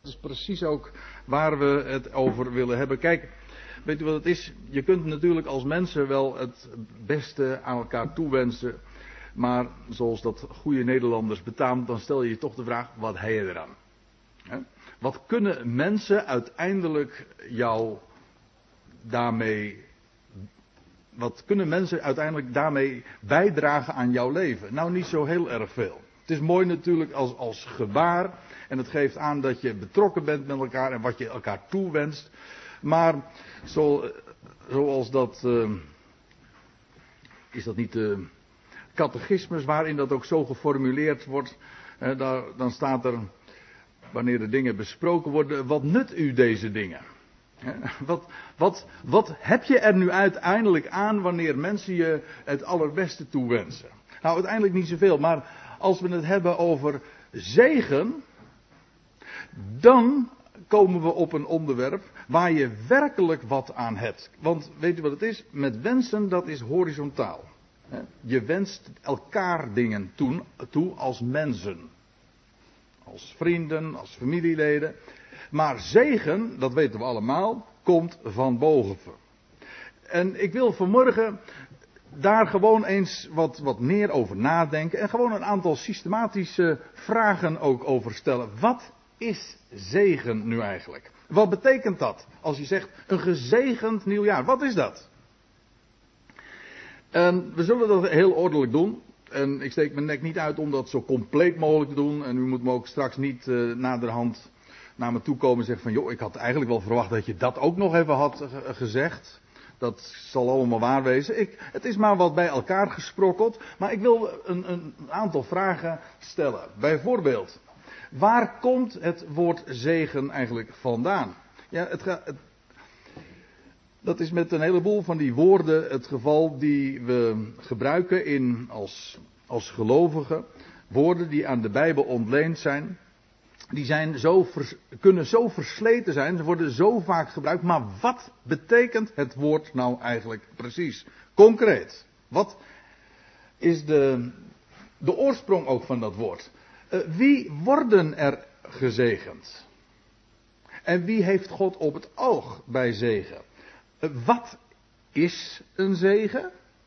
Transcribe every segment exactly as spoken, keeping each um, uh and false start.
Dat is precies ook waar we het over willen hebben. Kijk, weet u wat het is? Je kunt natuurlijk als mensen wel het beste aan elkaar toewensen. Maar zoals dat goede Nederlanders betaamt, dan stel je je toch de vraag, wat heb je eraan? He? Wat kunnen mensen uiteindelijk jou daarmee... Wat kunnen mensen uiteindelijk daarmee bijdragen aan jouw leven? Nou, niet zo heel erg veel. Het is mooi natuurlijk als, als gebaar. En het geeft aan dat je betrokken bent met elkaar en wat je elkaar toewenst. Maar zo, zoals dat... Uh, is dat niet de catechismus waarin dat ook zo geformuleerd wordt? Hè, daar, dan staat er, wanneer de dingen besproken worden, wat nut u deze dingen? Hè, wat, wat, wat heb je er nu uiteindelijk aan wanneer mensen je het allerbeste toewensen? Nou, uiteindelijk niet zoveel, maar als we het hebben over zegen, dan komen we op een onderwerp waar je werkelijk wat aan hebt. Want weet u wat het is? Met wensen, dat is horizontaal. Je wenst elkaar dingen toe, toe als mensen. Als vrienden, als familieleden. Maar zegen, dat weten we allemaal, komt van boven. En ik wil vanmorgen daar gewoon eens wat, wat meer over nadenken. En gewoon een aantal systematische vragen ook over stellen. Wat is zegen nu eigenlijk? Wat betekent dat? Als je zegt een gezegend nieuwjaar. Wat is dat? En we zullen dat heel ordelijk doen. En ik steek mijn nek niet uit om dat zo compleet mogelijk te doen. En u moet me ook straks niet uh, naderhand naar me toe komen en zeggen van... joh, ik had eigenlijk wel verwacht dat je dat ook nog even had uh, gezegd. Dat zal allemaal waar wezen. Ik, het is maar wat bij elkaar gesprokkeld. Maar ik wil een, een aantal vragen stellen. Bijvoorbeeld, waar komt het woord zegen eigenlijk vandaan? Ja, het gaat... Het, Dat is met een heleboel van die woorden het geval die we gebruiken in als, als gelovigen. Woorden die aan de Bijbel ontleend zijn. Die zijn zo vers, kunnen zo versleten zijn. Ze worden zo vaak gebruikt. Maar wat betekent het woord nou eigenlijk precies? Concreet. Wat is de, de oorsprong ook van dat woord? Uh, wie worden er gezegend? En wie heeft God op het oog bij zegen? Wat is een zegen?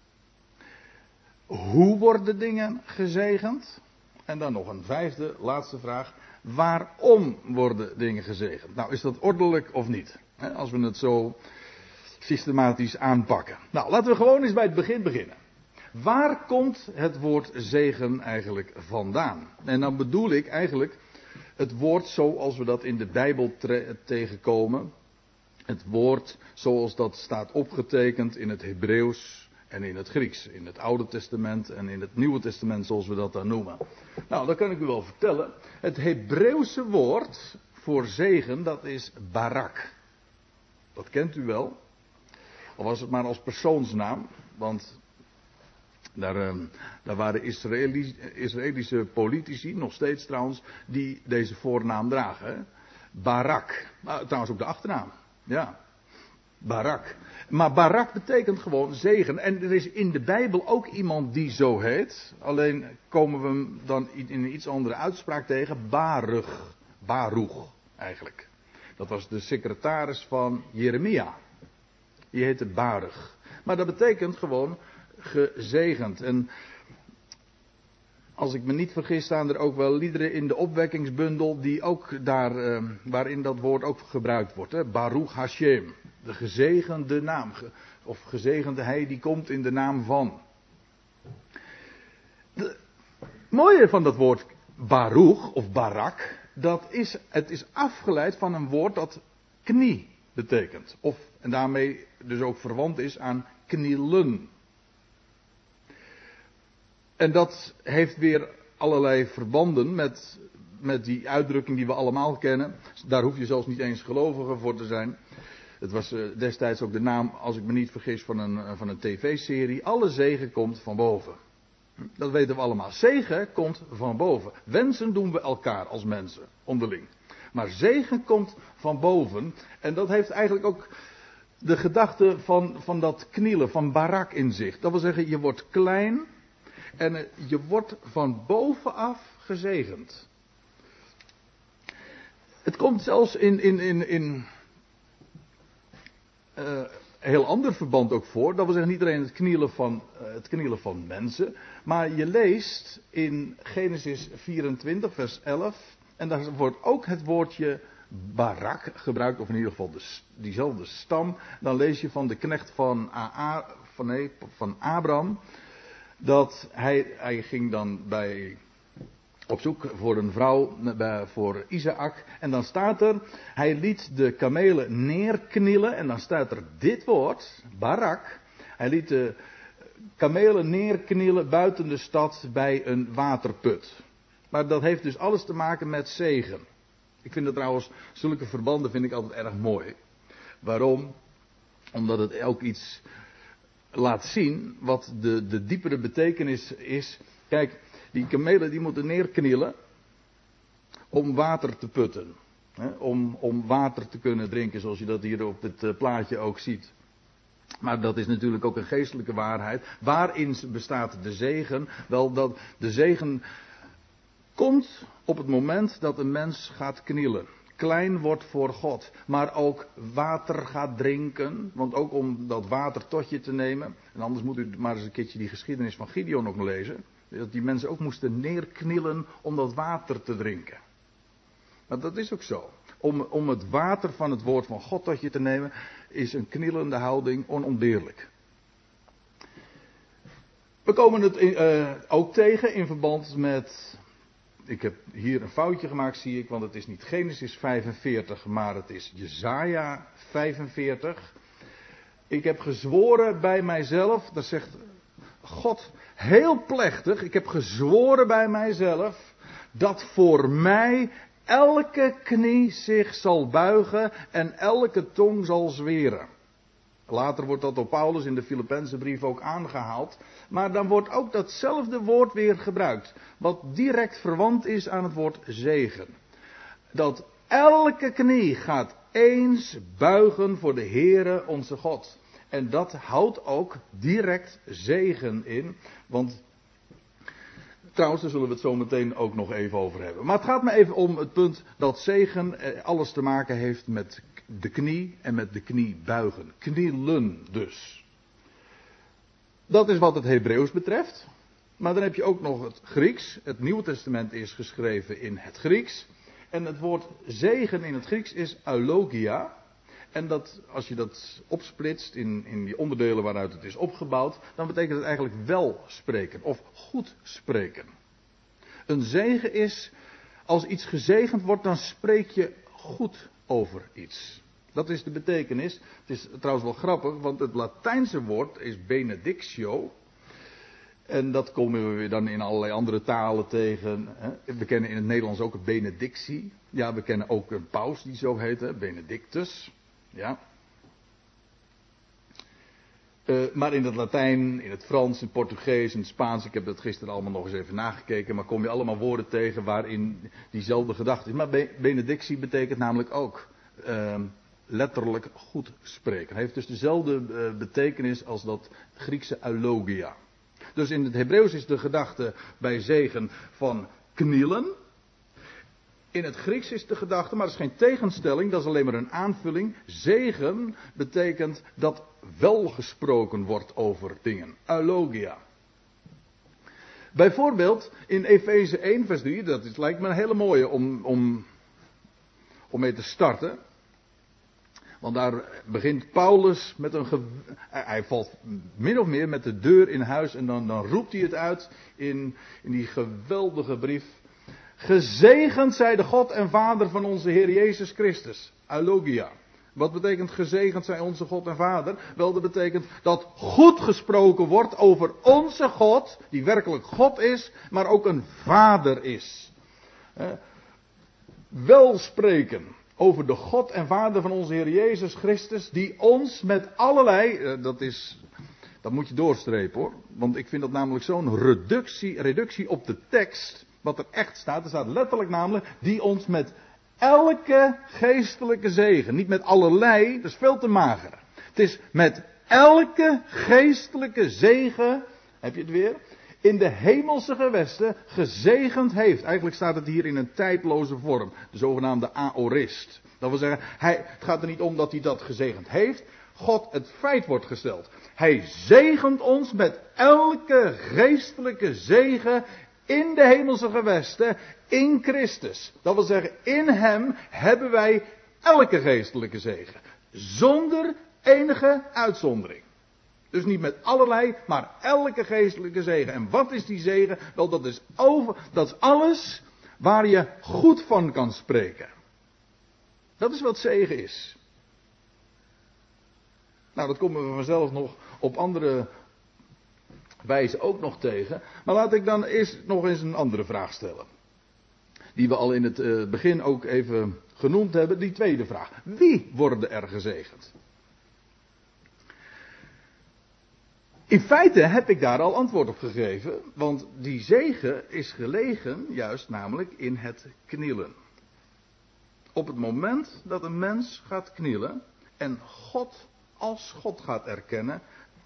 Hoe worden dingen gezegend? En dan nog een vijfde, laatste vraag. Waarom worden dingen gezegend? Nou, is dat ordelijk of niet? Als we het zo systematisch aanpakken. Nou, laten we gewoon eens bij het begin beginnen. Waar komt het woord zegen eigenlijk vandaan? En dan bedoel ik eigenlijk het woord zoals we dat in de Bijbel tre- tegenkomen. Het woord zoals dat staat opgetekend in het Hebreeuws en in het Grieks. In het Oude Testament en in het Nieuwe Testament zoals we dat dan noemen. Nou, dat kan ik u wel vertellen. Het Hebreeuwse woord voor zegen, dat is barak. Dat kent u wel. Al was het maar als persoonsnaam. Want daar, uh, daar waren Israëli, Israëlische politici, nog steeds trouwens, die deze voornaam dragen. Hè? Barak. Nou, trouwens ook de achternaam. Ja, Barak. Maar Barak betekent gewoon zegen. En er is in de Bijbel ook iemand die zo heet. Alleen komen we hem dan in een iets andere uitspraak tegen. Baruch. Baruch eigenlijk. Dat was de secretaris van Jeremia. Die heette Baruch. Maar dat betekent gewoon gezegend. En als ik me niet vergis staan er ook wel liederen in de opwekkingsbundel die ook daar, uh, waarin dat woord ook gebruikt wordt. Hè? Baruch Hashem, de gezegende naam. Of gezegende hij die komt in de naam van. Het mooie van dat woord Baruch of Barak, dat is, het is afgeleid van een woord dat knie betekent. Of, en daarmee dus ook verwant is aan knielen. En dat heeft weer allerlei verbanden met, met die uitdrukking die we allemaal kennen. Daar hoef je zelfs niet eens gelovige voor te zijn. Het was uh, destijds ook de naam, als ik me niet vergis, van een, uh, van een tv-serie. Alle zegen komt van boven. Dat weten we allemaal. Zegen komt van boven. Wensen doen we elkaar als mensen, onderling. Maar zegen komt van boven. En dat heeft eigenlijk ook de gedachte van, van dat knielen, van barak in zich. Dat wil zeggen, je wordt klein. En je wordt van bovenaf gezegend. Het komt zelfs in, in, in, in uh, heel ander verband ook voor. Dat wil zeggen niet alleen het knielen van, uh, het knielen van mensen. Maar je leest in Genesis vierentwintig vers elf. En daar wordt ook het woordje Barak gebruikt. Of in ieder geval de, diezelfde stam. Dan lees je van de knecht van, A, van, nee, van Abraham. Dat hij, hij ging dan bij... op zoek voor een vrouw voor Isaac. En dan staat er, hij liet de kamelen neerknielen. En dan staat er dit woord, Barak. Hij liet de kamelen neerknielen buiten de stad bij een waterput. Maar dat heeft dus alles te maken met zegen. Ik vind het trouwens, zulke verbanden vind ik altijd erg mooi. Waarom? Omdat het ook iets laat zien wat de, de diepere betekenis is. Kijk, die kamelen die moeten neerknielen om water te putten. Hè, om, om water te kunnen drinken, zoals je dat hier op dit uh, plaatje ook ziet. Maar dat is natuurlijk ook een geestelijke waarheid. Waarin bestaat de zegen? Wel, dat de zegen komt op het moment dat een mens gaat knielen. Klein wordt voor God. Maar ook water gaat drinken. Want ook om dat water tot je te nemen. En anders moet u maar eens een keertje die geschiedenis van Gideon ook lezen. Dat die mensen ook moesten neerknielen om dat water te drinken. Maar dat is ook zo. Om, om het water van het woord van God tot je te nemen, is een knielende houding onontbeerlijk. We komen het in, uh, ook tegen in verband met... Ik heb hier een foutje gemaakt, zie ik, want het is niet Genesis vijfenveertig, maar het is Jesaja vijfenveertig. Ik heb gezworen bij mijzelf, dat zegt God heel plechtig, ik heb gezworen bij mijzelf, dat voor mij elke knie zich zal buigen en elke tong zal zweren. Later wordt dat door Paulus in de Filippense brief ook aangehaald. Maar dan wordt ook datzelfde woord weer gebruikt. Wat direct verwant is aan het woord zegen. Dat elke knie gaat eens buigen voor de Heere onze God. En dat houdt ook direct zegen in. Want trouwens, daar zullen we het zo meteen ook nog even over hebben. Maar het gaat me even om het punt dat zegen alles te maken heeft met de knie en met de knie buigen. Knielen dus. Dat is wat het Hebreeuws betreft. Maar dan heb je ook nog het Grieks. Het Nieuwe Testament is geschreven in het Grieks. En het woord zegen in het Grieks is eulogia. En dat, als je dat opsplitst in, in die onderdelen waaruit het is opgebouwd, dan betekent het eigenlijk wel spreken of goed spreken. Een zegen is, als iets gezegend wordt, dan spreek je goed over iets. Dat is de betekenis. Het is trouwens wel grappig, want het Latijnse woord is benedictio. En dat komen we dan in allerlei andere talen tegen. We kennen in het Nederlands ook een benedictie. Ja, we kennen ook een paus die zo heet, hè? Benedictus. Ja. Uh, maar in het Latijn, in het Frans, in het Portugees, in het Spaans, ik heb dat gisteren allemaal nog eens even nagekeken, maar kom je allemaal woorden tegen waarin diezelfde gedachte is. Maar be- benedictie betekent namelijk ook uh, letterlijk goed spreken. Het heeft dus dezelfde uh, betekenis als dat Griekse eulogia. Dus in het Hebreeuws is de gedachte bij zegen van knielen. In het Grieks is de gedachte, maar dat is geen tegenstelling, dat is alleen maar een aanvulling. Zegen betekent dat wel gesproken wordt over dingen. Eulogia. Bijvoorbeeld in Efeze één vers drie, dat is, lijkt me een hele mooie om, om, om mee te starten. Want daar begint Paulus met een... Ge... Hij valt min of meer met de deur in huis en dan, dan roept hij het uit in, in die geweldige brief. Gezegend zij de God en Vader van onze Heer Jezus Christus. Eulogia. Wat betekent gezegend zij onze God en Vader? Wel, dat betekent dat goed gesproken wordt over onze God, die werkelijk God is, maar ook een Vader is. Eh, wel spreken over de God en Vader van onze Heer Jezus Christus, die ons met allerlei, eh, dat is, dat moet je doorstrepen hoor, want ik vind dat namelijk zo'n reductie, reductie op de tekst. Wat er echt staat, er staat letterlijk namelijk, die ons met elke geestelijke zegen, niet met allerlei, dat is veel te mager. Het is met elke geestelijke zegen, heb je het weer, in de hemelse gewesten gezegend heeft. Eigenlijk staat het hier in een tijdloze vorm. De zogenaamde aorist. Dat wil zeggen, hij, het gaat er niet om dat hij dat gezegend heeft. God, het feit wordt gesteld. Hij zegent ons met elke geestelijke zegen in de hemelse gewesten in Christus. Dat wil zeggen, in hem hebben wij elke geestelijke zegen. Zonder enige uitzondering. Dus niet met allerlei, maar elke geestelijke zegen. En wat is die zegen? Wel, dat is, over, dat is alles waar je goed van kan spreken. Dat is wat zegen is. Nou, dat komen we vanzelf nog op andere wijze ook nog tegen. Maar laat ik dan eerst nog eens een andere vraag stellen. Die we al in het uh, begin ook even genoemd hebben. Die tweede vraag. Wie worden er gezegend? In feite heb ik daar al antwoord op gegeven. Want die zegen is gelegen juist namelijk in het knielen. Op het moment dat een mens gaat knielen en God als God gaat erkennen,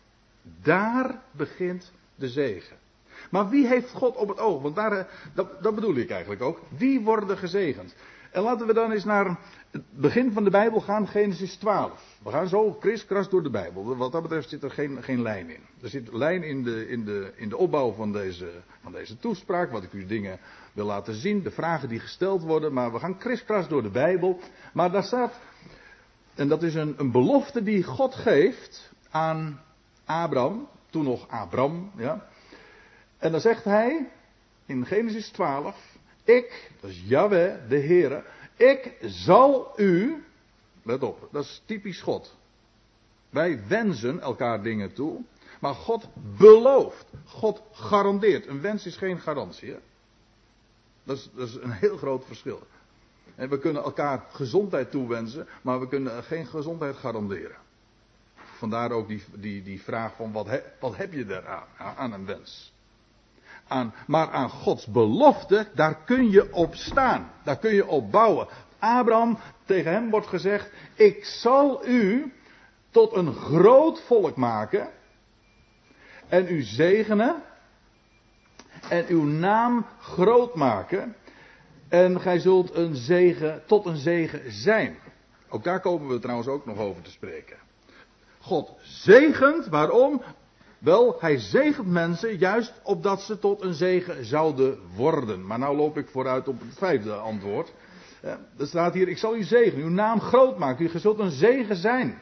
daar begint de zegen. Maar wie heeft God op het oog? Want daar, dat, dat bedoel ik eigenlijk ook. Wie worden gezegend? En laten we dan eens naar het begin van de Bijbel gaan, Genesis twaalf. We gaan zo kriskras door de Bijbel. Wat dat betreft zit er geen, geen lijn in. Er zit lijn in de, in de, in de opbouw van deze, van deze toespraak, wat ik u dingen wil laten zien, de vragen die gesteld worden. Maar we gaan kriskras door de Bijbel. Maar daar staat, en dat is een, een belofte die God geeft aan Abraham, toen nog Abram, ja. En dan zegt hij in Genesis twaalf, ik, dat is Yahweh, de Heere, ik zal u, let op, dat is typisch God. Wij wensen elkaar dingen toe, maar God belooft, God garandeert. Een wens is geen garantie, hè? Dat is, dat is een heel groot verschil. En we kunnen elkaar gezondheid toewensen, maar we kunnen geen gezondheid garanderen. Vandaar ook die, die, die vraag van wat, he, wat heb je eraan, aan een wens. Aan, maar aan Gods belofte, daar kun je op staan. Daar kun je op bouwen. Abraham, tegen hem wordt gezegd, ik zal u tot een groot volk maken. En u zegenen. En uw naam groot maken. En gij zult een zegen, tot een zegen zijn. Ook daar komen we trouwens ook nog over te spreken. God zegent, waarom? Wel, hij zegent mensen juist opdat ze tot een zegen zouden worden. Maar nou loop ik vooruit op het vijfde antwoord. Er staat hier, ik zal u zegenen, uw naam groot maken, u zult een zegen zijn.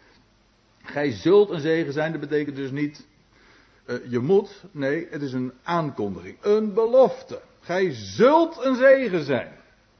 Gij zult een zegen zijn, dat betekent dus niet uh, je moet, nee, het is een aankondiging, een belofte. Gij zult een zegen zijn.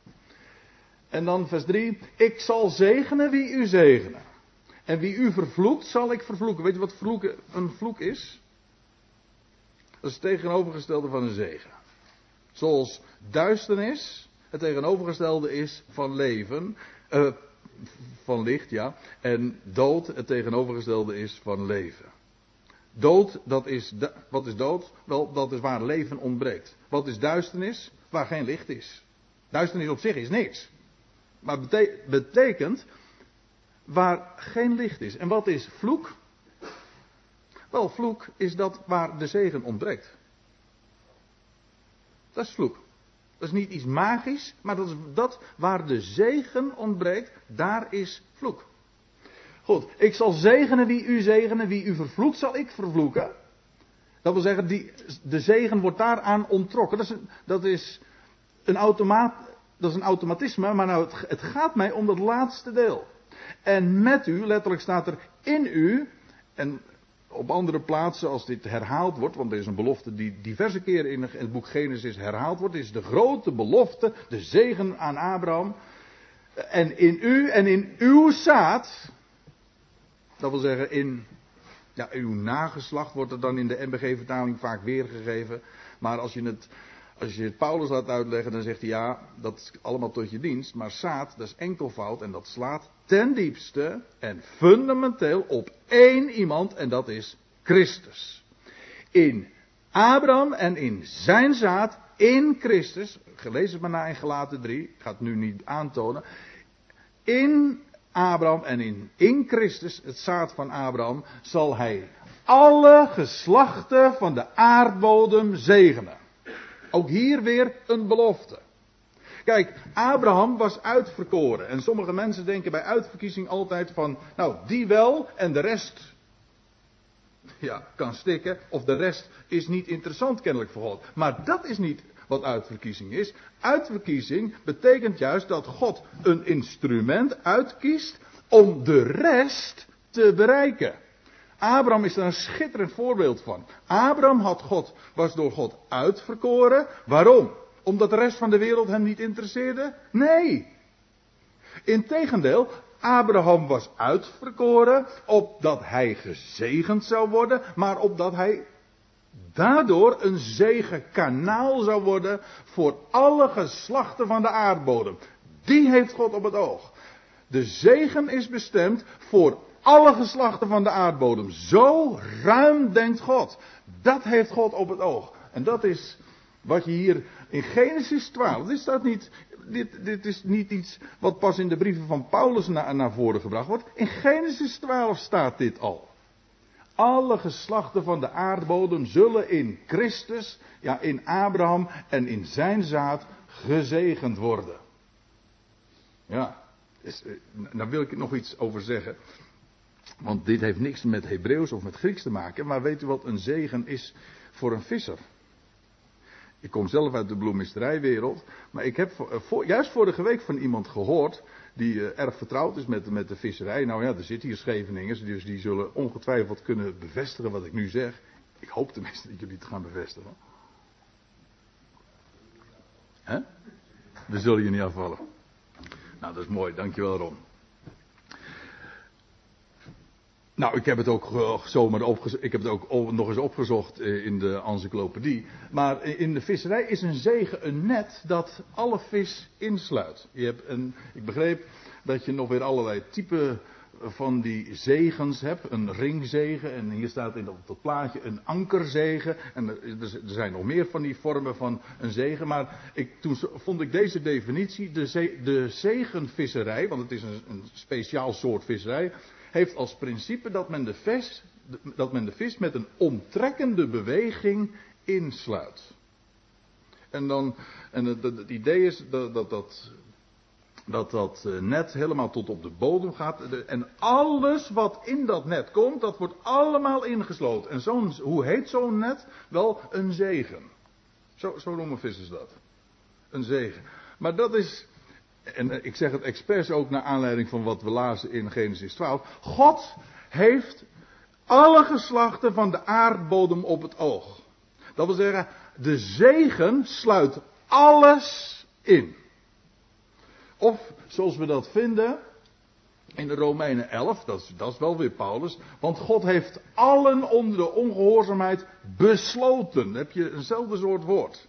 En dan vers drie, ik zal zegenen wie u zegenen. En wie u vervloekt, zal ik vervloeken. Weet je wat vloeken, een vloek is? Dat is het tegenovergestelde van een zegen. Zoals duisternis het tegenovergestelde is van leven. Uh, van licht, ja. En dood het tegenovergestelde is van leven. Dood, dat is, wat is dood? Wel, dat is waar leven ontbreekt. Wat is duisternis? Waar geen licht is. Duisternis op zich is niks. Maar bete- betekent waar geen licht is. En wat is vloek? Wel, vloek is dat waar de zegen ontbreekt. Dat is vloek. Dat is niet iets magisch, maar dat is dat waar de zegen ontbreekt, daar is vloek. Goed, ik zal zegenen wie u zegenen, wie u vervloekt zal ik vervloeken. Dat wil zeggen, die, de zegen wordt daaraan onttrokken. Dat is een, dat is een, automaat, dat is een automatisme, maar nou, het, het gaat mij om dat laatste deel. En met u, letterlijk staat er in u, en op andere plaatsen als dit herhaald wordt, want er is een belofte die diverse keren in het boek Genesis herhaald wordt, is de grote belofte, de zegen aan Abraham. En in u en in uw zaad, dat wil zeggen in ja, uw nageslacht wordt er dan in de N B G-vertaling vaak weergegeven. Maar als je het, als je het Paulus laat uitleggen, dan zegt hij ja, dat is allemaal tot je dienst. Maar zaad, dat is enkelvoud en dat slaat ten diepste en fundamenteel op één iemand en dat is Christus. In Abraham en in zijn zaad, in Christus, gelezen het maar na in Galaten drie, ik ga het nu niet aantonen. In Abraham en in, in Christus, het zaad van Abraham, zal hij alle geslachten van de aardbodem zegenen. Ook hier weer een belofte. Kijk, Abraham was uitverkoren. En sommige mensen denken bij uitverkiezing altijd van, nou, die wel en de rest, ja, kan stikken. Of de rest is niet interessant kennelijk voor God. Maar dat is niet wat uitverkiezing is. Uitverkiezing betekent juist dat God een instrument uitkiest om de rest te bereiken. Abraham is daar een schitterend voorbeeld van. Abraham had God, was door God uitverkoren. Waarom? Omdat de rest van de wereld hem niet interesseerde? Nee. Integendeel, Abraham was uitverkoren opdat hij gezegend zou worden, maar opdat hij daardoor een zegenkanaal zou worden voor alle geslachten van de aardbodem. Die heeft God op het oog. De zegen is bestemd voor alle geslachten van de aardbodem. Zo ruim denkt God. Dat heeft God op het oog. En dat is wat je hier in Genesis twaalf, dit staat niet, dit, dit is niet iets wat pas in de brieven van Paulus na, naar voren gebracht wordt. In Genesis twaalf staat dit al. Alle geslachten van de aardbodem zullen in Christus, ja in Abraham en in zijn zaad gezegend worden. Ja, dus, daar wil ik nog iets over zeggen. Want dit heeft niks met Hebreeuws of met Grieks te maken. Maar weet u wat een zegen is voor een visser? Ik kom zelf uit de bloemisterijwereld. Maar ik heb voor, voor, juist vorige week van iemand gehoord die uh, erg vertrouwd is met, met de visserij. Nou ja, er zitten hier Scheveningers, dus die zullen ongetwijfeld kunnen bevestigen wat ik nu zeg. Ik hoop tenminste dat jullie het gaan bevestigen. Hè? We zullen je niet afvallen. Nou, dat is mooi. Dankjewel, Ron. Nou, ik heb het ook uh, zomaar opgezocht. Ik heb het ook nog eens opgezocht uh, in de encyclopedie. Maar in de visserij is een zegen een net dat alle vis insluit. Je hebt een, ik begreep dat je nog weer allerlei typen van die zegens hebt. Een ringzegen. En hier staat in op dat plaatje een ankerzegen. En er, er zijn nog meer van die vormen van een zegen. Maar ik, toen vond ik deze definitie. De, ze, de zegenvisserij. Want het is een, een speciaal soort visserij. Heeft als principe dat men de vis, dat men de vis met een omtrekkende beweging insluit. En dan, en het, het, het idee is dat dat, dat, dat dat net helemaal tot op de bodem gaat. En alles wat in dat net komt, dat wordt allemaal ingesloten. En zo'n, hoe heet zo'n net? Wel, een zegen. Zo, zo noemen vissers dat. Een zegen. Maar dat is... En ik zeg het expres ook naar aanleiding van wat we lazen in Genesis twaalf. God heeft alle geslachten van de aardbodem op het oog. Dat wil zeggen, de zegen sluit alles in. Of, zoals we dat vinden in de Romeinen elf, dat is, dat is wel weer Paulus. Want God heeft allen onder de ongehoorzaamheid besloten. Dan heb je eenzelfde soort woord.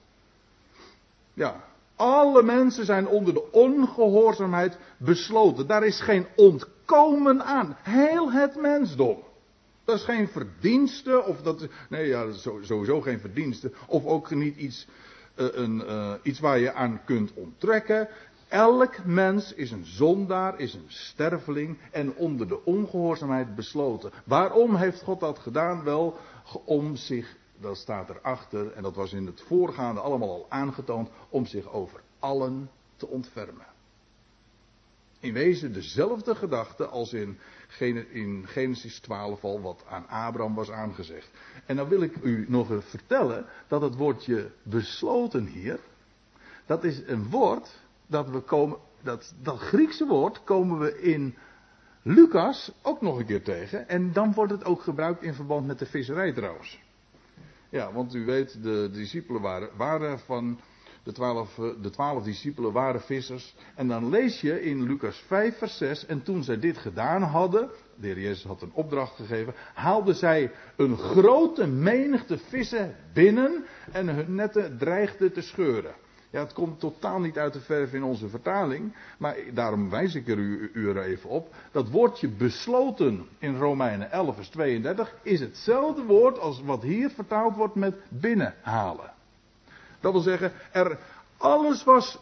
Ja. Alle mensen zijn onder de ongehoorzaamheid besloten. Daar is geen ontkomen aan. Heel het mensdom. Dat is geen verdienste. Of dat, nee, ja, dat is sowieso geen verdienste. Of ook niet iets, uh, een, uh, iets waar je aan kunt onttrekken. Elk mens is een zondaar, is een sterveling en onder de ongehoorzaamheid besloten. Waarom heeft God dat gedaan? Wel, om zich... Dat staat erachter, en dat was in het voorgaande allemaal al aangetoond, om zich over allen te ontfermen. In wezen dezelfde gedachte als in, in Genesis twaalf al, wat aan Abraham was aangezegd. En dan wil ik u nog eens vertellen, dat het woordje besloten hier, dat is een woord, dat we komen, dat, dat Griekse woord komen we in Lucas ook nog een keer tegen. En dan wordt het ook gebruikt in verband met de visserij trouwens. Ja, want u weet, de discipelen waren, waren van de twaalf, de twaalf discipelen waren vissers. En dan lees je in Lucas vijf vers zes, en toen zij dit gedaan hadden, de Heer Jezus had een opdracht gegeven, haalden zij een grote menigte vissen binnen en hun netten dreigden te scheuren. Ja, het komt totaal niet uit de verf in onze vertaling, maar daarom wijs ik er u, u er even op. Dat woordje besloten in Romeinen elf vers tweeëndertig is hetzelfde woord als wat hier vertaald wordt met binnenhalen. Dat wil zeggen, er, alles was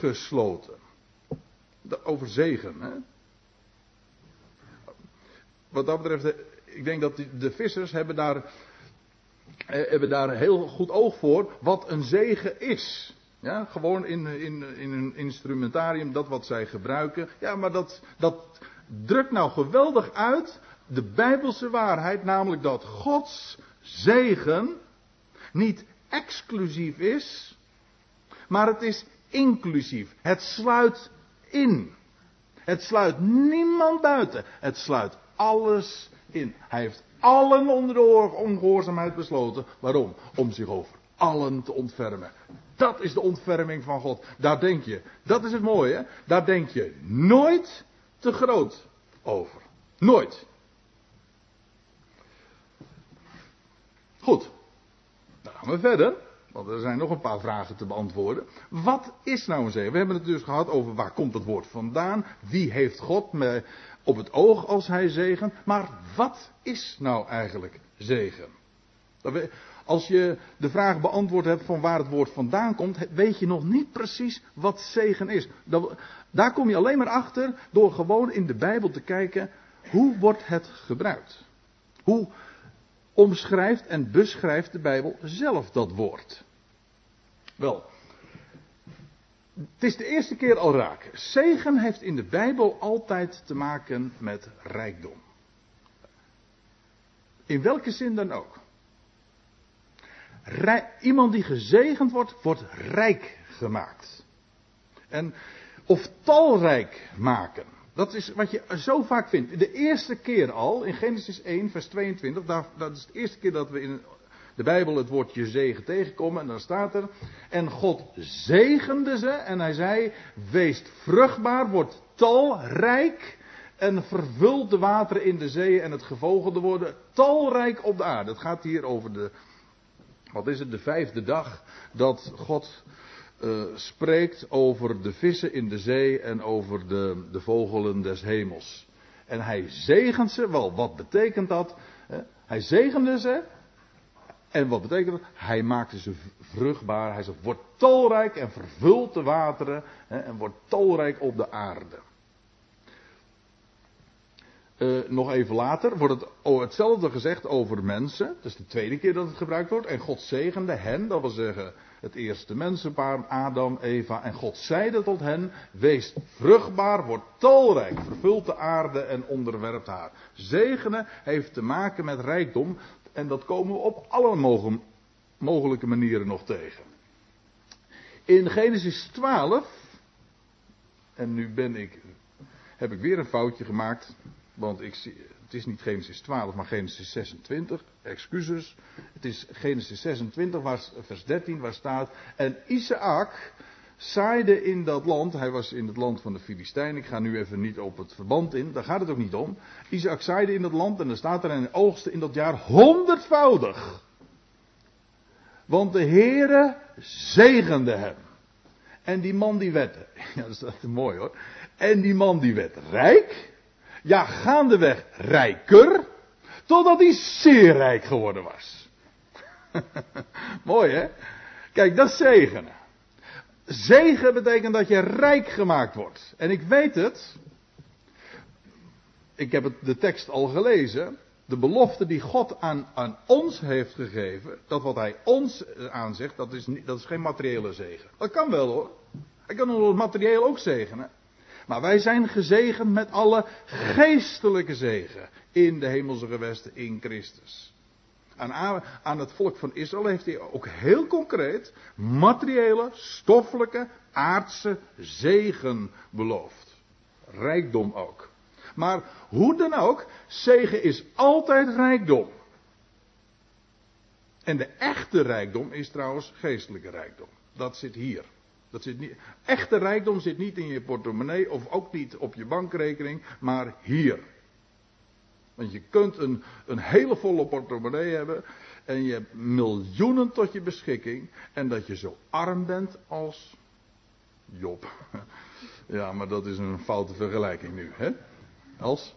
ingesloten. Over zegen, hè. wat dat betreft, ik denk dat de vissers hebben daar, eh, hebben daar heel goed oog voor wat een zegen is. Ja, gewoon in, in, in een instrumentarium, dat wat zij gebruiken. Ja, maar dat, dat drukt nou geweldig uit de Bijbelse waarheid, namelijk dat Gods zegen niet exclusief is, maar het is inclusief. Het sluit in. Het sluit niemand buiten. Het sluit alles in. Hij heeft allen onder de ongehoorzaamheid besloten. Waarom? Om zich over allen te ontfermen. Dat is de ontferming van God. Daar denk je, dat is het mooie, hè? Daar denk je nooit te groot over. Nooit. Goed. Dan gaan we verder. Want er zijn nog een paar vragen te beantwoorden. Wat is nou een zegen? We hebben het dus gehad over waar komt het woord vandaan. Wie heeft God me op het oog als hij zegen. Maar wat is nou eigenlijk zegen? Als je de vraag beantwoord hebt van waar het woord vandaan komt, weet je nog niet precies wat zegen is. Daar kom je alleen maar achter door gewoon in de Bijbel te kijken, hoe wordt het gebruikt? Hoe omschrijft en beschrijft de Bijbel zelf dat woord? Wel, het is de eerste keer al raak. Zegen heeft in de Bijbel altijd te maken met rijkdom. In welke zin dan ook. Rij, iemand die gezegend wordt, wordt rijk gemaakt. En, of talrijk maken. Dat is wat je zo vaak vindt. De eerste keer al, in Genesis één, vers tweeëntwintig, daar, dat is de eerste keer dat we in de Bijbel het woordje zegen tegenkomen. En dan staat er, en God zegende ze en hij zei, wees vruchtbaar, word talrijk en vervult de wateren in de zeeën en het gevogelde worden talrijk op de aarde. Het gaat hier over de, wat is het, de vijfde dag dat God Uh, spreekt over de vissen in de zee en over de, de vogelen des hemels. En hij zegent ze, wel, wat betekent dat? Uh, hij zegende ze, en wat betekent dat? Hij maakte ze vruchtbaar, hij zegt, wordt talrijk en vervult de wateren, uh, en wordt talrijk op de aarde. Uh, nog even later wordt het oh, hetzelfde gezegd over mensen. Dat is de tweede keer dat het gebruikt wordt. En God zegende hen, dat wil zeggen het eerste mensenpaar, Adam, Eva. En God zeide tot hen, wees vruchtbaar, word talrijk, vervult de aarde en onderwerpt haar. Zegenen heeft te maken met rijkdom. En dat komen we op alle mogen, mogelijke manieren nog tegen. In Genesis twaalf, en nu ben ik, heb ik weer een foutje gemaakt. Want ik zie, het is niet Genesis twaalf, maar Genesis zesentwintig. Excuses. Het is Genesis zesentwintig, waar, vers dertien, waar staat. En Isaac zaaide in dat land. Hij was in het land van de Filistijnen. Ik ga nu even niet op het verband in. Daar gaat het ook niet om. Isaac zaaide in dat land. En er staat er en oogste in dat jaar honderdvoudig. Want de Heere zegende hem. En die man die werd. Ja, dat is mooi hoor. En die man die werd rijk. Ja, gaandeweg rijker, totdat hij zeer rijk geworden was. Mooi hè? Kijk, dat is zegenen. Zegen betekent dat je rijk gemaakt wordt. En ik weet het, ik heb het, de tekst al gelezen, de belofte die God aan, aan ons heeft gegeven, dat wat hij ons aanzegt, dat is, niet, dat is geen materiële zegen. Dat kan wel hoor. Hij kan ons materieel ook zegenen. Maar wij zijn gezegend met alle geestelijke zegen in de hemelse gewesten in Christus. Aan, aan het volk van Israël heeft hij ook heel concreet materiële, stoffelijke, aardse zegen beloofd. Rijkdom ook. Maar hoe dan ook, zegen is altijd rijkdom. En de echte rijkdom is trouwens geestelijke rijkdom. Dat zit hier. Dat zit niet, echte rijkdom zit niet in je portemonnee of ook niet op je bankrekening, maar hier. Want je kunt een, een hele volle portemonnee hebben en je hebt miljoenen tot je beschikking en dat je zo arm bent als Job. Ja, maar dat is een foute vergelijking nu, hè? Als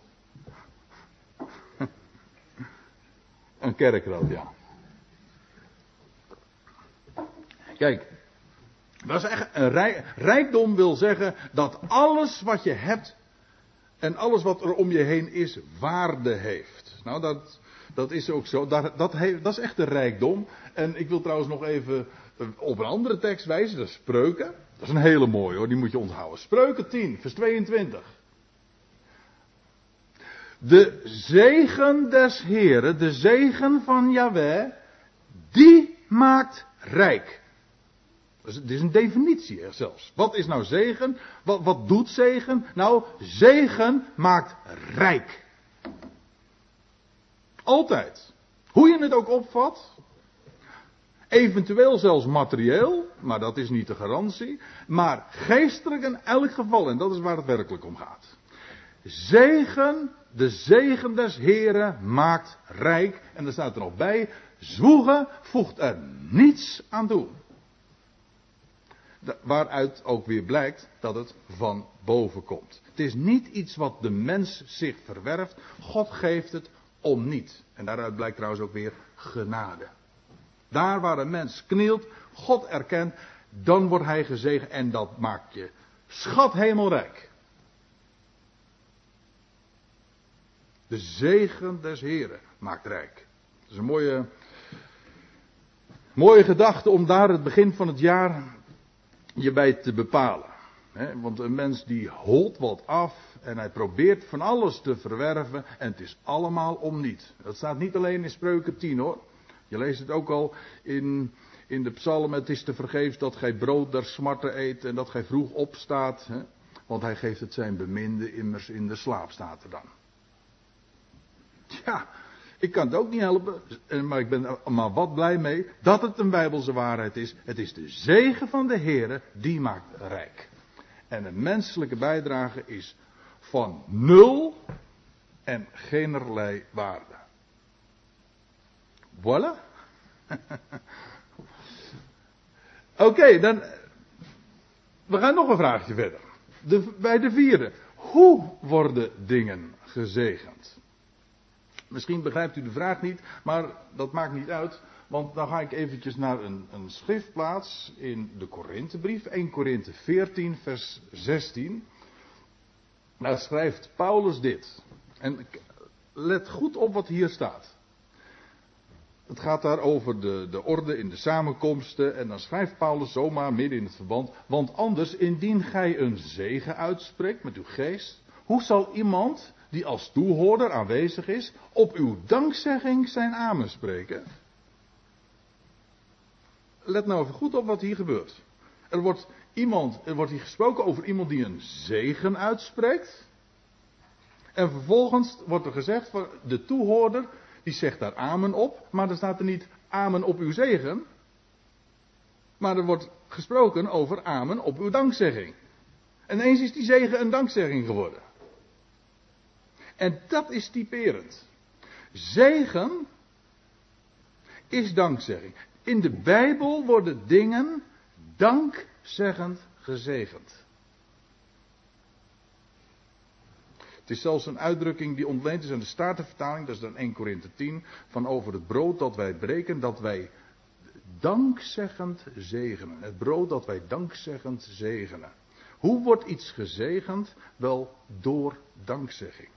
een kerkrat, ja. Kijk. Dat is echt een rijk, rijkdom wil zeggen dat alles wat je hebt En alles wat er om je heen is, waarde heeft. Nou, dat, dat is ook zo. Dat, dat, heeft, dat is echt de rijkdom. En ik wil trouwens nog even op een andere tekst wijzen. Dat is Spreuken. Dat is een hele mooie hoor, die moet je onthouden. Spreuken tien, vers tweeëntwintig. De zegen des Heren, de zegen van Yahweh, die maakt rijk. Dus het is een definitie er zelfs. Wat is nou zegen? Wat, wat doet zegen? Nou, zegen maakt rijk. Altijd. Hoe je het ook opvat. Eventueel zelfs materieel, maar dat is niet de garantie. Maar geestelijk in elk geval, en dat is waar het werkelijk om gaat. Zegen, de zegen des Heren maakt rijk. En er staat er nog bij, zwoegen voegt er niets aan toe. Waaruit ook weer blijkt dat het van boven komt. Het is niet iets wat de mens zich verwerft. God geeft het om niet. En daaruit blijkt trouwens ook weer genade. Daar waar een mens knielt, God erkent, dan wordt hij gezegend en dat maakt je schat hemelrijk. De zegen des Heren maakt rijk. Dat is een mooie, mooie gedachte om daar het begin van het jaar je bij te bepalen. He, want een mens die holt wat af en hij probeert van alles te verwerven en het is allemaal om niet. Dat staat niet alleen in Spreuken tien hoor. Je leest het ook al in, in de psalmen. Het is te vergeefs dat gij brood der smarten eet en dat gij vroeg opstaat. He, want hij geeft het zijn beminde immers in de slaap, staat er dan. Ja, ik kan het ook niet helpen, maar ik ben er maar wat blij mee dat het een Bijbelse waarheid is. Het is de zegen van de Heere die maakt rijk. En een menselijke bijdrage is van nul en geenerlei waarde. Voilà. Oké, okay, dan. We gaan nog een vraagje verder. De, bij de vierde. Hoe worden dingen gezegend? Misschien begrijpt u de vraag niet, maar dat maakt niet uit. Want dan ga ik eventjes naar een, een schriftplaats in de Korinthebrief. eerste Korinthe veertien vers zestien. Daar schrijft Paulus dit. En let goed op wat hier staat. Het gaat daar over de, de orde in de samenkomsten. En dan schrijft Paulus zomaar midden in het verband. Want anders, indien gij een zegen uitspreekt met uw geest. Hoe zal iemand die als toehoorder aanwezig is, op uw dankzegging zijn amen spreken? Let nou even goed op wat hier gebeurt. Er wordt iemand, er wordt hier gesproken over iemand die een zegen uitspreekt. En vervolgens wordt er gezegd van de toehoorder, die zegt daar amen op, maar er staat er niet amen op uw zegen. Maar er wordt gesproken over amen op uw dankzegging. En eens is die zegen een dankzegging geworden. En dat is typerend. Zegen is dankzegging. In de Bijbel worden dingen dankzeggend gezegend. Het is zelfs een uitdrukking die ontleend is aan de Statenvertaling, dat is dan eerste Korinthe tien, van over het brood dat wij breken, dat wij dankzeggend zegenen. Het brood dat wij dankzeggend zegenen. Hoe wordt iets gezegend? Wel door dankzegging.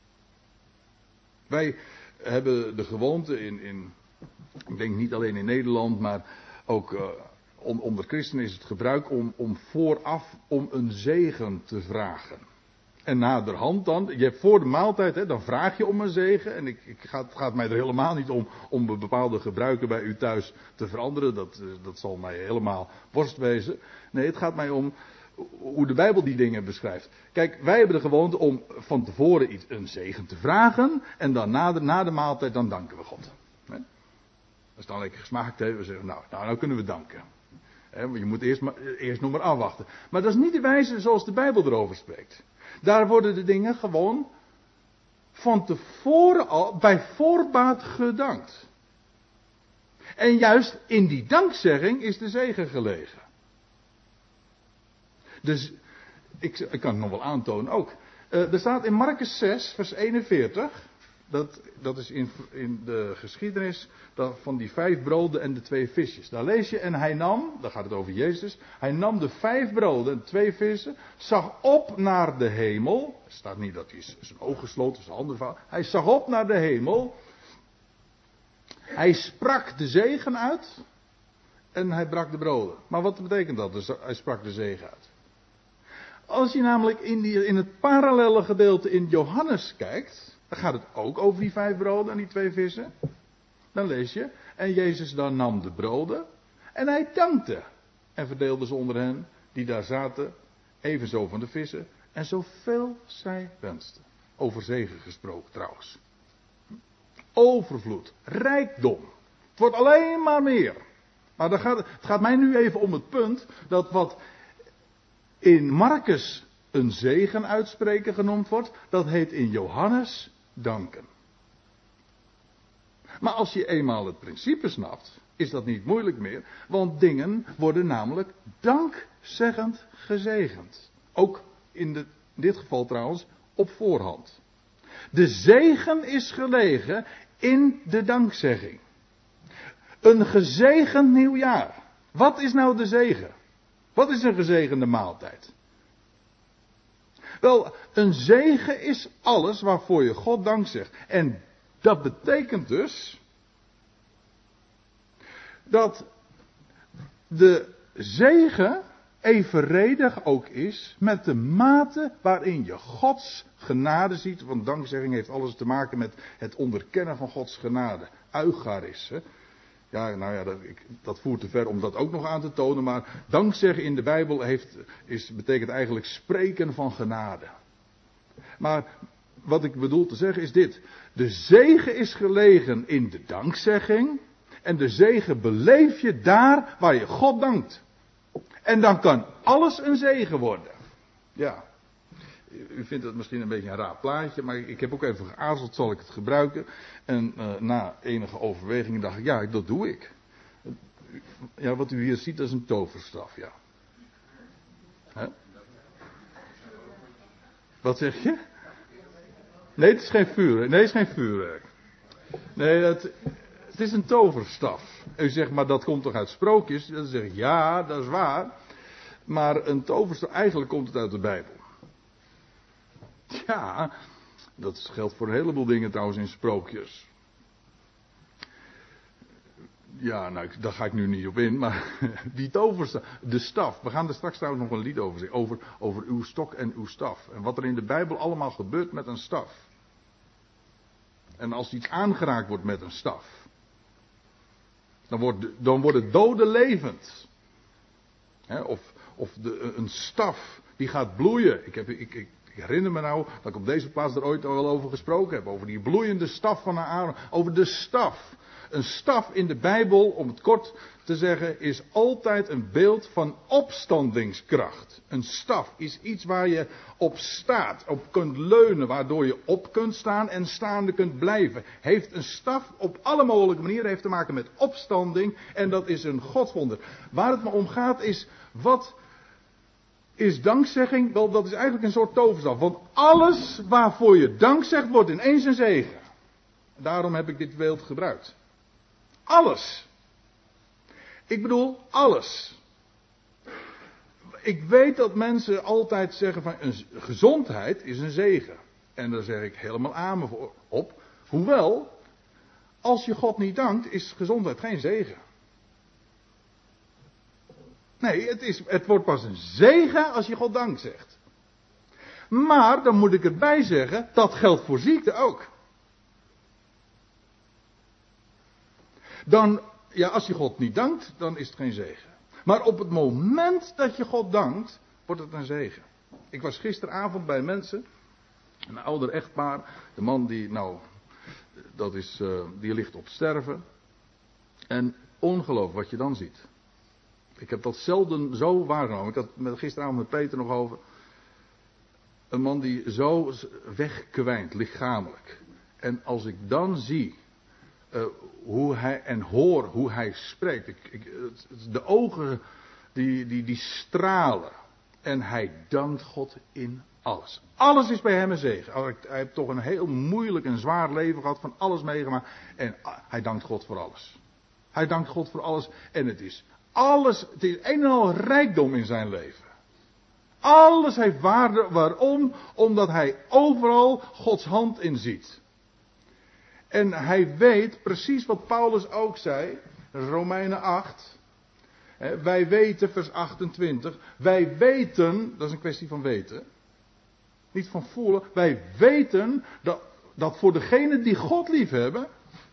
Wij hebben de gewoonte in, in ik denk niet alleen in Nederland, maar ook uh, onder christenen is het gebruik om, om vooraf om een zegen te vragen. En naderhand dan, je hebt voor de maaltijd, hè, dan vraag je om een zegen. En ik, ik ga, het gaat mij er helemaal niet om om bepaalde gebruiken bij u thuis te veranderen. Dat, dat zal mij helemaal worst wezen. Nee, het gaat mij om hoe de Bijbel die dingen beschrijft. Kijk, wij hebben de gewoonte om van tevoren iets, een zegen te vragen. En dan na de, na de maaltijd, dan danken we God. Hè? Als het dan lekker gesmaakt heeft, we zeggen, nou, nou, nou kunnen we danken. Hè, want je moet eerst, maar, eerst nog maar afwachten. Maar dat is niet de wijze zoals de Bijbel erover spreekt. Daar worden de dingen gewoon van tevoren al bij voorbaat gedankt. En juist in die dankzegging is de zegen gelegen. Dus ik, ik kan het nog wel aantonen ook. Uh, er staat in Markus zes vers eenenveertig. Dat, dat is in, in de geschiedenis van die vijf broden en de twee visjes. Daar lees je, en hij nam, daar gaat het over Jezus. Hij nam de vijf broden en twee vissen, zag op naar de hemel. Er staat niet dat hij zijn ogen gesloten, zijn handen vouwde. Hij zag op naar de hemel. Hij sprak de zegen uit. En hij brak de broden. Maar wat betekent dat? Dus hij sprak de zegen uit. Als je namelijk in, die, in het parallelle gedeelte in Johannes kijkt, dan gaat het ook over die vijf broden en die twee vissen. Dan lees je, en Jezus dan nam de broden en hij dankte. En verdeelde ze onder hen die daar zaten, evenzo van de vissen, en zoveel zij wensten. Over zegen gesproken trouwens. Overvloed, rijkdom. Het wordt alleen maar meer. Maar dan gaat, het gaat mij nu even om het punt dat wat in Marcus een zegen uitspreken genoemd wordt, dat heet in Johannes danken. Maar als je eenmaal het principe snapt, is dat niet moeilijk meer, want dingen worden namelijk dankzeggend gezegend. Ook in, de, in dit geval trouwens op voorhand. De zegen is gelegen in de dankzegging. Een gezegend nieuwjaar. Wat is nou de zegen? Wat is een gezegende maaltijd? Wel, een zegen is alles waarvoor je God dank zegt. En dat betekent dus dat de zegen evenredig ook is met de mate waarin je Gods genade ziet. Want dankzegging heeft alles te maken met het onderkennen van Gods genade. Eucharis. Hè? Ja, nou ja, dat, ik, dat voert te ver om dat ook nog aan te tonen. Maar dankzeggen in de Bijbel heeft, is, betekent eigenlijk spreken van genade. Maar wat ik bedoel te zeggen is dit. De zegen is gelegen in de dankzegging. En de zegen beleef je daar waar je God dankt. En dan kan alles een zegen worden. Ja. U vindt het misschien een beetje een raar plaatje, maar ik heb ook even geaarzeld, zal ik het gebruiken? En uh, na enige overwegingen dacht ik, ja, dat doe ik. Ja, wat u hier ziet, dat is een toverstaf, ja. Huh? Wat zeg je? Nee, het is geen vuurwerk. Nee, het is geen vuurwerk. Nee, het, het is een toverstaf. U zegt, maar dat komt toch uit sprookjes? Dan zeg ik, ja, dat is waar. Maar een toverstaf, eigenlijk komt het uit de Bijbel. Ja, dat geldt voor een heleboel dingen trouwens in sprookjes. Ja, nou, daar ga ik nu niet op in, maar die toverstaf, de staf. We gaan er straks trouwens nog een lied over zeggen, over, over uw stok en uw staf. En wat er in de Bijbel allemaal gebeurt met een staf. En als iets aangeraakt wordt met een staf, dan wordt, dan worden doden levend. He, of of de, een staf die gaat bloeien. Ik, heb, ik, ik, ik herinner me nou dat ik op deze plaats er ooit al over gesproken heb. Over die bloeiende staf van Aaron. Over de staf. Een staf in de Bijbel, om het kort te zeggen, is altijd een beeld van opstandingskracht. Een staf is iets waar je op staat, op kunt leunen, waardoor je op kunt staan en staande kunt blijven. Heeft een staf op alle mogelijke manieren heeft te maken met opstanding en dat is een godswonder. Waar het me om gaat is, wat is dankzegging? Wel, dat is eigenlijk een soort toverstaf. Want alles waarvoor je dank zegt, wordt ineens een zegen. Daarom heb ik dit beeld gebruikt. Alles. Ik bedoel, alles. Ik weet dat mensen altijd zeggen van een gezondheid is een zegen. En daar zeg ik helemaal amen voor op. Hoewel, als je God niet dankt, is gezondheid geen zegen. Nee, het, is, het wordt pas een zegen als je God dank zegt. Maar, dan moet ik erbij zeggen, dat geldt voor ziekte ook. Dan, ja, als je God niet dankt, dan is het geen zegen. Maar op het moment dat je God dankt, wordt het een zegen. Ik was gisteravond bij mensen, een ouder echtpaar, de man die, nou, dat is, uh, die ligt op sterven. En ongelooflijk wat je dan ziet. Ik heb dat zelden zo waargenomen. Ik had het gisteravond met Peter nog over. Een man die zo wegkwijnt, lichamelijk. En als ik dan zie uh, hoe hij en hoor hoe hij spreekt. Ik, ik, de ogen die, die, die stralen. En hij dankt God in Alles. Alles is bij hem een zegen. Hij heeft toch een heel moeilijk en zwaar leven gehad, van alles meegemaakt. En hij dankt God voor alles. Hij dankt God voor alles. En het is alles, het is een en al rijkdom in zijn leven. Alles heeft waarde. Waarom? Omdat hij overal Gods hand in ziet. En hij weet precies wat Paulus ook zei. Romeinen acht. Wij weten, vers achtentwintig. Wij weten, dat is een kwestie van weten. Niet van voelen. Wij weten dat, dat voor degenen die God lief hebben.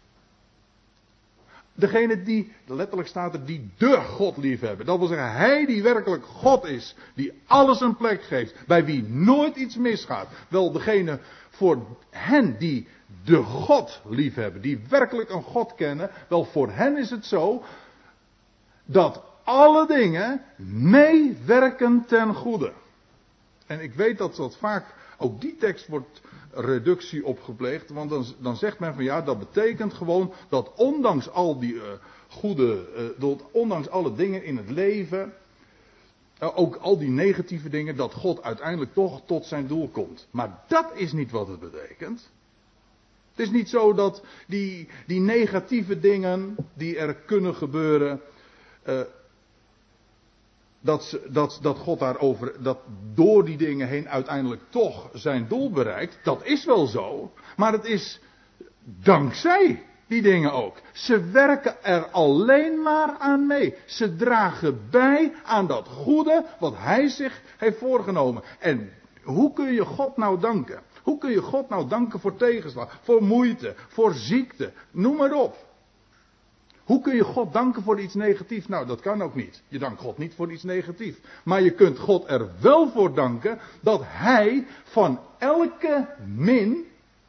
Degene die, letterlijk staat er, die de God lief hebben. Dat wil zeggen, hij die werkelijk God is. Die alles een plek geeft. Bij wie nooit iets misgaat. Wel, degene voor hen die de God lief hebben. Die werkelijk een God kennen. Wel, voor hen is het zo. Dat alle dingen meewerken ten goede. En ik weet dat dat vaak, ook die tekst wordt reductie opgepleegd. Want dan, dan zegt men van ja, dat betekent gewoon dat ondanks al die uh, goede, uh, dat ondanks alle dingen in het leven, uh, ook al die negatieve dingen, dat God uiteindelijk toch tot zijn doel komt. Maar dat is niet wat het betekent. Het is niet zo dat die, die negatieve dingen die er kunnen gebeuren, uh, Dat, dat, dat God daarover, dat door die dingen heen uiteindelijk toch zijn doel bereikt. Dat is wel zo. Maar het is dankzij die dingen ook. Ze werken er alleen maar aan mee. Ze dragen bij aan dat goede wat hij zich heeft voorgenomen. En hoe kun je God nou danken? Hoe kun je God nou danken voor tegenslag, voor moeite, voor ziekte? Noem maar op. Hoe kun je God danken voor iets negatiefs? Nou, dat kan ook niet. Je dankt God niet voor iets negatiefs. Maar je kunt God er wel voor danken dat hij van elke min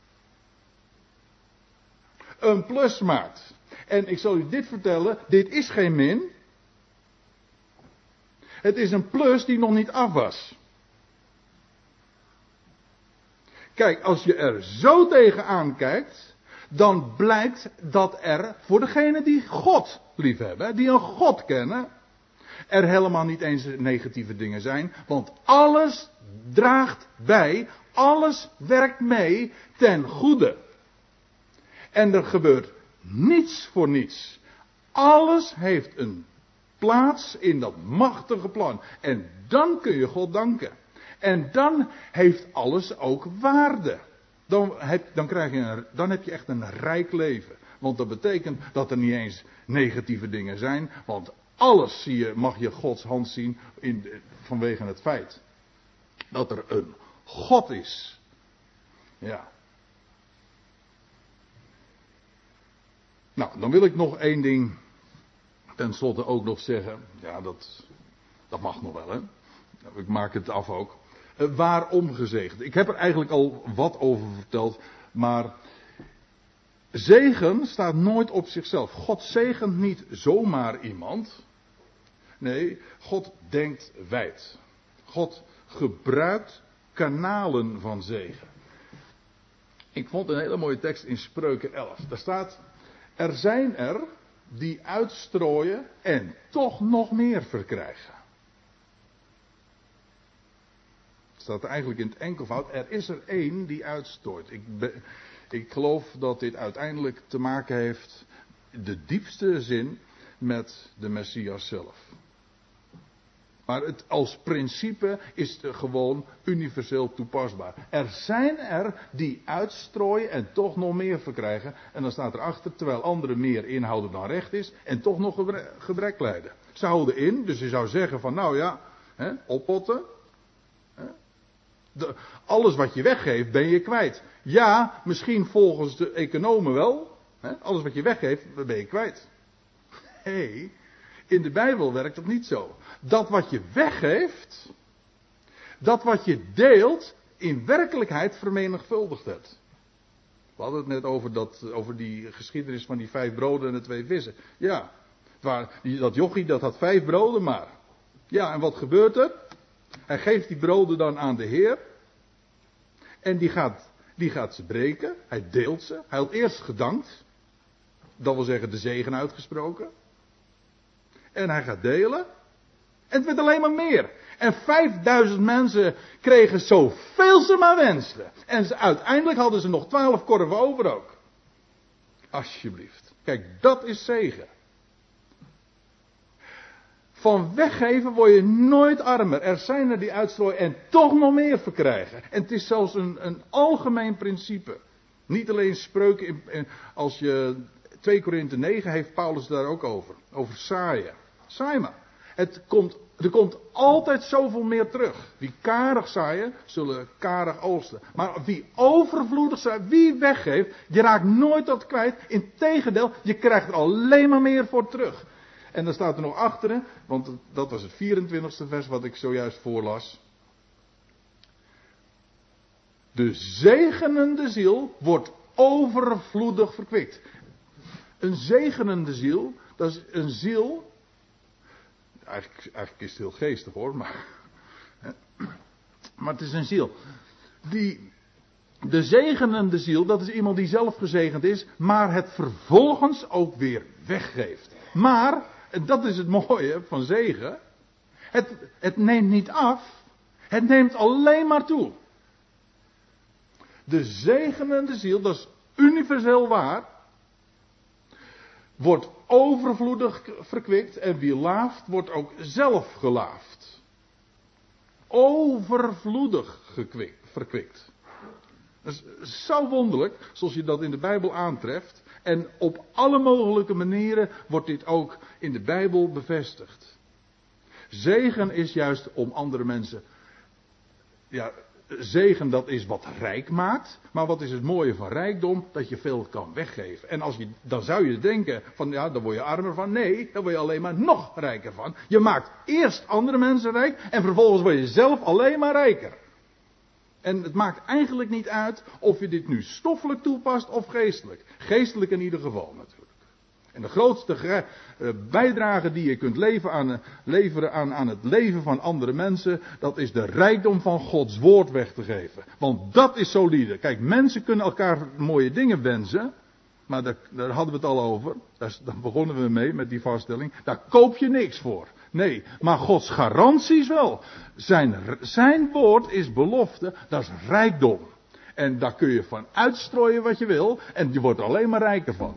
een plus maakt. En ik zal u dit vertellen, dit is geen min. Het is een plus die nog niet af was. Kijk, als je er zo tegenaan kijkt, dan blijkt dat er, voor degenen die God liefhebben, die een God kennen, er helemaal niet eens negatieve dingen zijn. Want alles draagt bij, alles werkt mee ten goede. En er gebeurt niets voor niets. Alles heeft een plaats in dat machtige plan. En dan kun je God danken. En dan heeft alles ook waarde. Dan heb, dan, krijg je een, dan heb je echt een rijk leven. Want dat betekent dat er niet eens negatieve dingen zijn. Want alles zie je, mag je Gods hand zien in, vanwege het feit dat er een God is. Ja. Nou, dan wil ik nog één ding tenslotte ook nog zeggen. Ja, dat, dat mag nog wel, hè. Ik maak het af ook. Uh, waarom gezegend? Ik heb er eigenlijk al wat over verteld, maar zegen staat nooit op zichzelf. God zegent niet zomaar iemand. Nee, God denkt wijd. God gebruikt kanalen van zegen. Ik vond een hele mooie tekst in Spreuken elf. Daar staat: er zijn er die uitstrooien en toch nog meer verkrijgen. Staat er eigenlijk in het enkelvoud. Er is er één die uitstrooit. Ik, be, ik geloof dat dit uiteindelijk te maken heeft, de diepste zin, met de Messias zelf. Maar het als principe is het gewoon universeel toepasbaar. Er zijn er die uitstrooien en toch nog meer verkrijgen. En dan staat erachter, terwijl anderen meer inhouden dan recht is, en toch nog gebrek, gebrek lijden. Ze houden in, dus je zou zeggen van nou ja, hè, oppotten. Hè. De, alles wat je weggeeft ben je kwijt. Ja, misschien volgens de economen wel. Hè, alles wat je weggeeft ben je kwijt. Hé, hey, in de Bijbel werkt dat niet zo. Dat wat je weggeeft, dat wat je deelt, in werkelijkheid vermenigvuldigd het. We hadden het net over, dat, over die geschiedenis van die vijf broden en de twee vissen. Ja, waar, die, dat jochie dat had vijf broden maar. Ja, en wat gebeurt er? Hij geeft die broden dan aan de Heer. En die gaat, die gaat ze breken. Hij deelt ze. Hij had eerst gedankt. Dat wil zeggen de zegen uitgesproken. En hij gaat delen. En het werd alleen maar meer. En vijfduizend mensen kregen zoveel ze maar wensten. En ze, uiteindelijk hadden ze nog twaalf korven over ook. Alsjeblieft. Kijk, dat is zegen. Van weggeven word je nooit armer. Er zijn er die uitstrooien en toch nog meer verkrijgen. En het is zelfs een, een algemeen principe. Niet alleen spreuken, in, in, als je twee Korinthe negen heeft Paulus daar ook over. Over zaaien. Saai maar. Het komt, er komt altijd zoveel meer terug. Wie karig zaaien, zullen karig oogsten. Maar wie overvloedig zaait, wie weggeeft, je raakt nooit dat kwijt. Integendeel, je krijgt er alleen maar meer voor terug. En dan staat er nog achteren, want dat was het vierentwintigste vers wat ik zojuist voorlas. De zegenende ziel wordt overvloedig verkwikt. Een zegenende ziel, dat is een ziel. Eigenlijk, eigenlijk is het heel geestig hoor, maar. Maar het is een ziel. Die, de zegenende ziel, dat is iemand die zelf gezegend is, maar het vervolgens ook weer weggeeft. Maar, en dat is het mooie van zegen. Het, het neemt niet af. Het neemt alleen maar toe. De zegenende ziel, dat is universeel waar, wordt overvloedig verkwikt en wie laaft, wordt ook zelf gelaafd. Overvloedig gekwikt, verkwikt. Dat is zo wonderlijk, zoals je dat in de Bijbel aantreft. En op alle mogelijke manieren wordt dit ook in de Bijbel bevestigd. Zegen is juist om andere mensen. Ja, zegen dat is wat rijk maakt. Maar wat is het mooie van rijkdom? Dat je veel kan weggeven. En als je, dan zou je denken van ja, dan word je armer van. Nee, dan word je alleen maar nog rijker van. Je maakt eerst andere mensen rijk. En vervolgens word je zelf alleen maar rijker. En het maakt eigenlijk niet uit of je dit nu stoffelijk toepast of geestelijk. Geestelijk in ieder geval natuurlijk. En de grootste bijdrage die je kunt leveren aan, leveren aan, aan het leven van andere mensen, dat is de rijkdom van Gods woord weg te geven. Want dat is solide. Kijk, mensen kunnen elkaar mooie dingen wensen, maar daar, daar hadden we het al over. Daar, daar begonnen we mee met die vaststelling. Daar koop je niks voor. Nee, maar Gods garanties wel. Zijn, zijn woord is belofte, dat is rijkdom. En daar kun je van uitstrooien wat je wil en je wordt er alleen maar rijker van.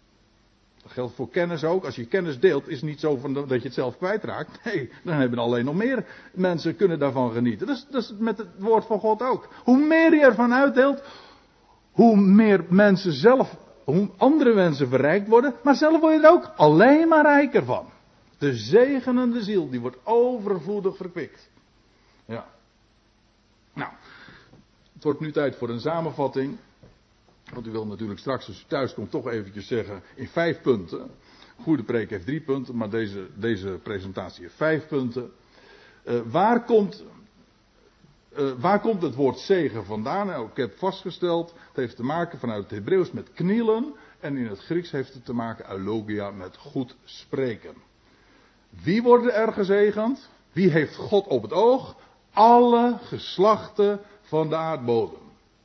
Dat geldt voor kennis ook. Als je kennis deelt, is het niet zo van dat je het zelf kwijtraakt. Nee, dan hebben alleen nog meer mensen kunnen daarvan genieten. Dat is, dat is met het woord van God ook. Hoe meer je ervan uitdeelt, hoe meer mensen zelf, hoe andere mensen verrijkt worden. Maar zelf word je er ook alleen maar rijker van. De zegenende ziel, die wordt overvloedig verkwikt. Ja. Nou, het wordt nu tijd voor een samenvatting. Want u wil natuurlijk straks als u thuis komt toch eventjes zeggen in vijf punten. Goede preek heeft drie punten, maar deze, deze presentatie heeft vijf punten. Uh, waar, komt, uh, waar komt het woord zegen vandaan? Nou, ik heb vastgesteld, het heeft te maken vanuit het Hebreeuws met knielen. En in het Grieks heeft het te maken, eulogia, met goed spreken. Wie worden er gezegend? Wie heeft God op het oog? Alle geslachten van de aardbodem.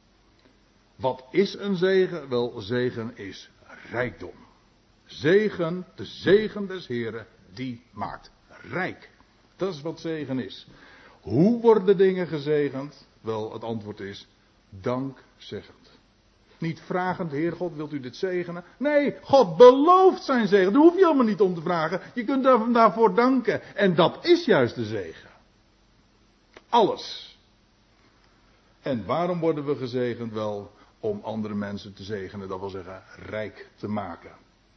Wat is een zegen? Wel, zegen is rijkdom. Zegen, de zegen des Heren, die maakt rijk. Dat is wat zegen is. Hoe worden dingen gezegend? Wel, het antwoord is dankzeggend. Niet vragend, Heer God, wilt u dit zegenen? Nee, God belooft zijn zegen. Daar hoef je helemaal niet om te vragen. Je kunt daarvoor danken. En dat is juist de zegen. Alles. En waarom worden we gezegend? Wel, om andere mensen te zegenen, dat wil zeggen rijk te maken.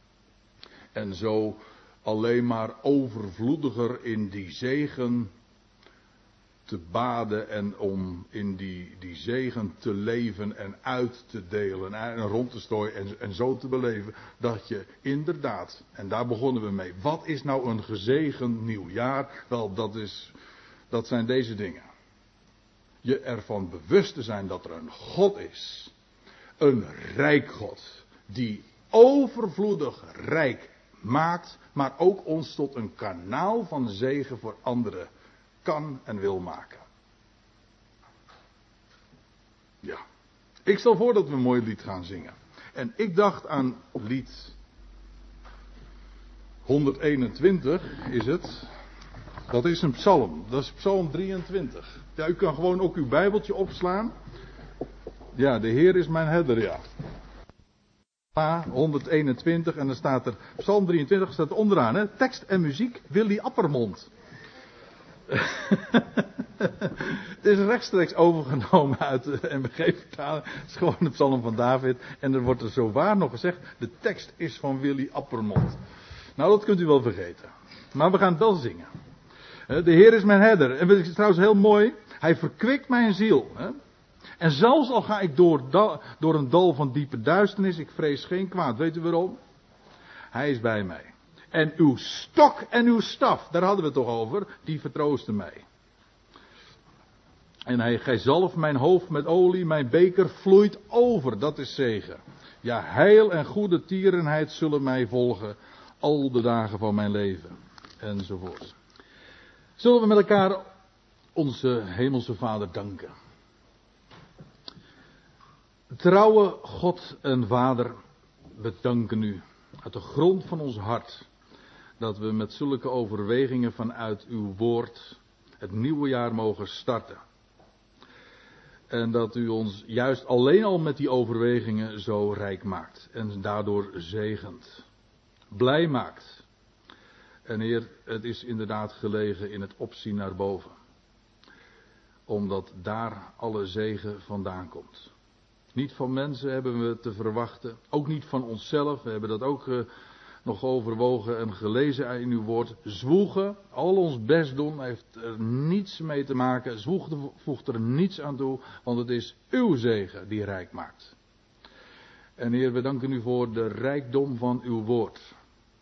En zo alleen maar overvloediger in die zegen te baden en om in die, die zegen te leven en uit te delen en rond te strooien en, en zo te beleven dat je inderdaad, en daar begonnen we mee, wat is nou een gezegend nieuw jaar? Wel, dat is, dat zijn deze dingen. Je ervan bewust te zijn dat er een God is. Een rijk God. Die overvloedig rijk maakt. Maar ook ons tot een kanaal van zegen voor anderen kan en wil maken. Ja. Ik stel voor dat we een mooi lied gaan zingen. En ik dacht aan lied honderdeenentwintig is het. Dat is een psalm. Dat is psalm drieëntwintig. Ja, u kan gewoon ook uw Bijbeltje opslaan. Ja, de Heer is mijn herder, ja. A honderdeenentwintig en dan staat er, psalm drieëntwintig staat er onderaan, hè, tekst en muziek, Willy Appermond. Het is rechtstreeks overgenomen uit de M B G-vertaling. Het is gewoon de psalm van David. En er wordt er zowaar nog gezegd, de tekst is van Willy Appermond. Nou, dat kunt u wel vergeten. Maar we gaan het wel zingen. De Heer is mijn herder. En het is trouwens heel mooi, hij verkwikt mijn ziel. En zelfs al ga ik door, door een dal van diepe duisternis, ik vrees geen kwaad. Weet u waarom? Hij is bij mij. En uw stok en uw staf, daar hadden we het toch over, die vertroosten mij. En hij, gij zalft mijn hoofd met olie, mijn beker vloeit over, dat is zegen. Ja, heil en goede tierenheid zullen mij volgen, al de dagen van mijn leven. Enzovoort. Zullen we met elkaar onze hemelse Vader danken. Trouwe God en Vader, we danken u uit de grond van ons hart dat we met zulke overwegingen vanuit uw woord het nieuwe jaar mogen starten. En dat u ons juist alleen al met die overwegingen zo rijk maakt en daardoor zegent, blij maakt. En Heer, het is inderdaad gelegen in het opzien naar boven, omdat daar alle zegen vandaan komt. Niet van mensen hebben we te verwachten, ook niet van onszelf. We hebben dat ook uh, nog overwogen en gelezen in uw woord. Zwoegen, al ons best doen, heeft er niets mee te maken. Zwoegen voegt er niets aan toe, want het is uw zegen die rijk maakt. En Heer, we danken u voor de rijkdom van uw woord.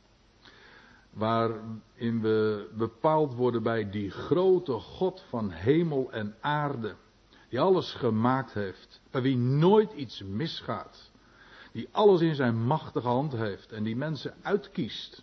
Waarin we bepaald worden bij die grote God van hemel en aarde. Die alles gemaakt heeft. Bij wie nooit iets misgaat. Die alles in zijn machtige hand heeft. En die mensen uitkiest.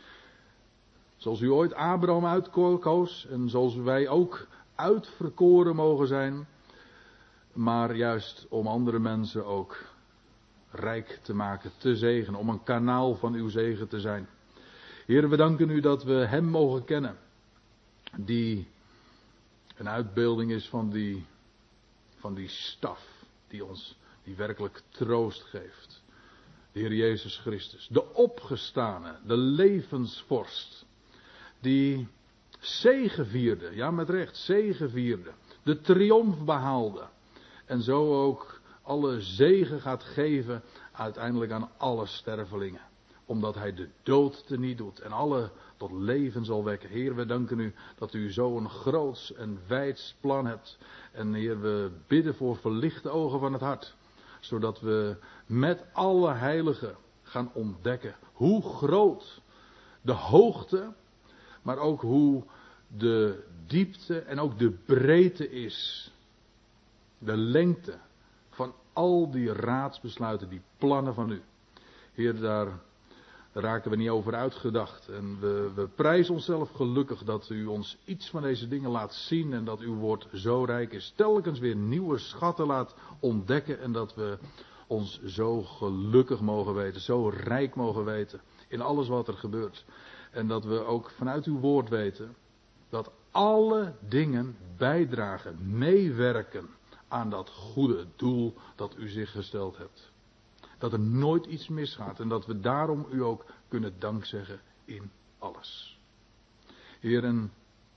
Zoals u ooit Abraham uitkoos. En zoals wij ook uitverkoren mogen zijn. Maar juist om andere mensen ook rijk te maken. Te zegenen. Om een kanaal van uw zegen te zijn. Heer, we danken u dat we hem mogen kennen. Die een uitbeelding is van die... Van die staf die ons, die werkelijk troost geeft. De Heer Jezus Christus. De opgestane, de levensvorst. Die zegevierde, ja met recht, zegevierde. De triomf behaalde. En zo ook alle zegen gaat geven uiteindelijk aan alle stervelingen. Omdat hij de dood teniet doet en alle tot leven zal wekken. Heer, we danken u dat u zo'n groots en wijds plan hebt. En Heer, we bidden voor verlichte ogen van het hart. Zodat we met alle heiligen gaan ontdekken hoe groot de hoogte, maar ook hoe de diepte en ook de breedte is. De lengte van al die raadsbesluiten, die plannen van u. Heer, daar... Daar raken we niet over uitgedacht. En we, we prijzen onszelf gelukkig dat u ons iets van deze dingen laat zien. En dat uw woord zo rijk is. Telkens weer nieuwe schatten laat ontdekken. En dat we ons zo gelukkig mogen weten. Zo rijk mogen weten. In alles wat er gebeurt. En dat we ook vanuit uw woord weten. Dat alle dingen bijdragen. Meewerken aan dat goede doel dat u zich gesteld hebt. Dat er nooit iets misgaat. En dat we daarom u ook kunnen dankzeggen in alles. Heer, en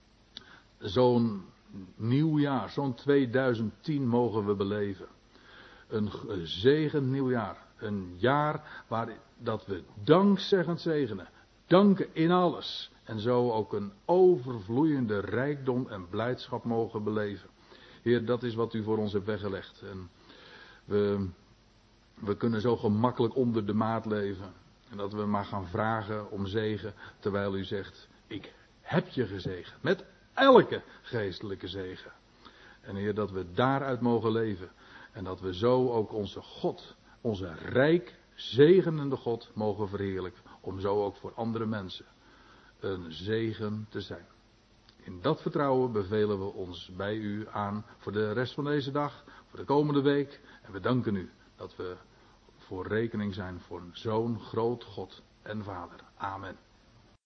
zo'n nieuw jaar, zo'n tweeduizend tien mogen we beleven. Een gezegend nieuw jaar. Een jaar waar dat we dankzeggend zegenen. Danken in alles. En zo ook een overvloeiende rijkdom en blijdschap mogen beleven. Heer, dat is wat u voor ons hebt weggelegd. En we... We kunnen zo gemakkelijk onder de maat leven. En dat we maar gaan vragen om zegen. Terwijl u zegt, ik heb je gezegend. Met elke geestelijke zegen. En Heer, dat we daaruit mogen leven. En dat we zo ook onze God, onze rijk zegenende God mogen verheerlijken. Om zo ook voor andere mensen een zegen te zijn. In dat vertrouwen bevelen we ons bij u aan voor de rest van deze dag. Voor de komende week. En we danken u. Dat we voor rekening zijn voor zo'n groot God en Vader. Amen.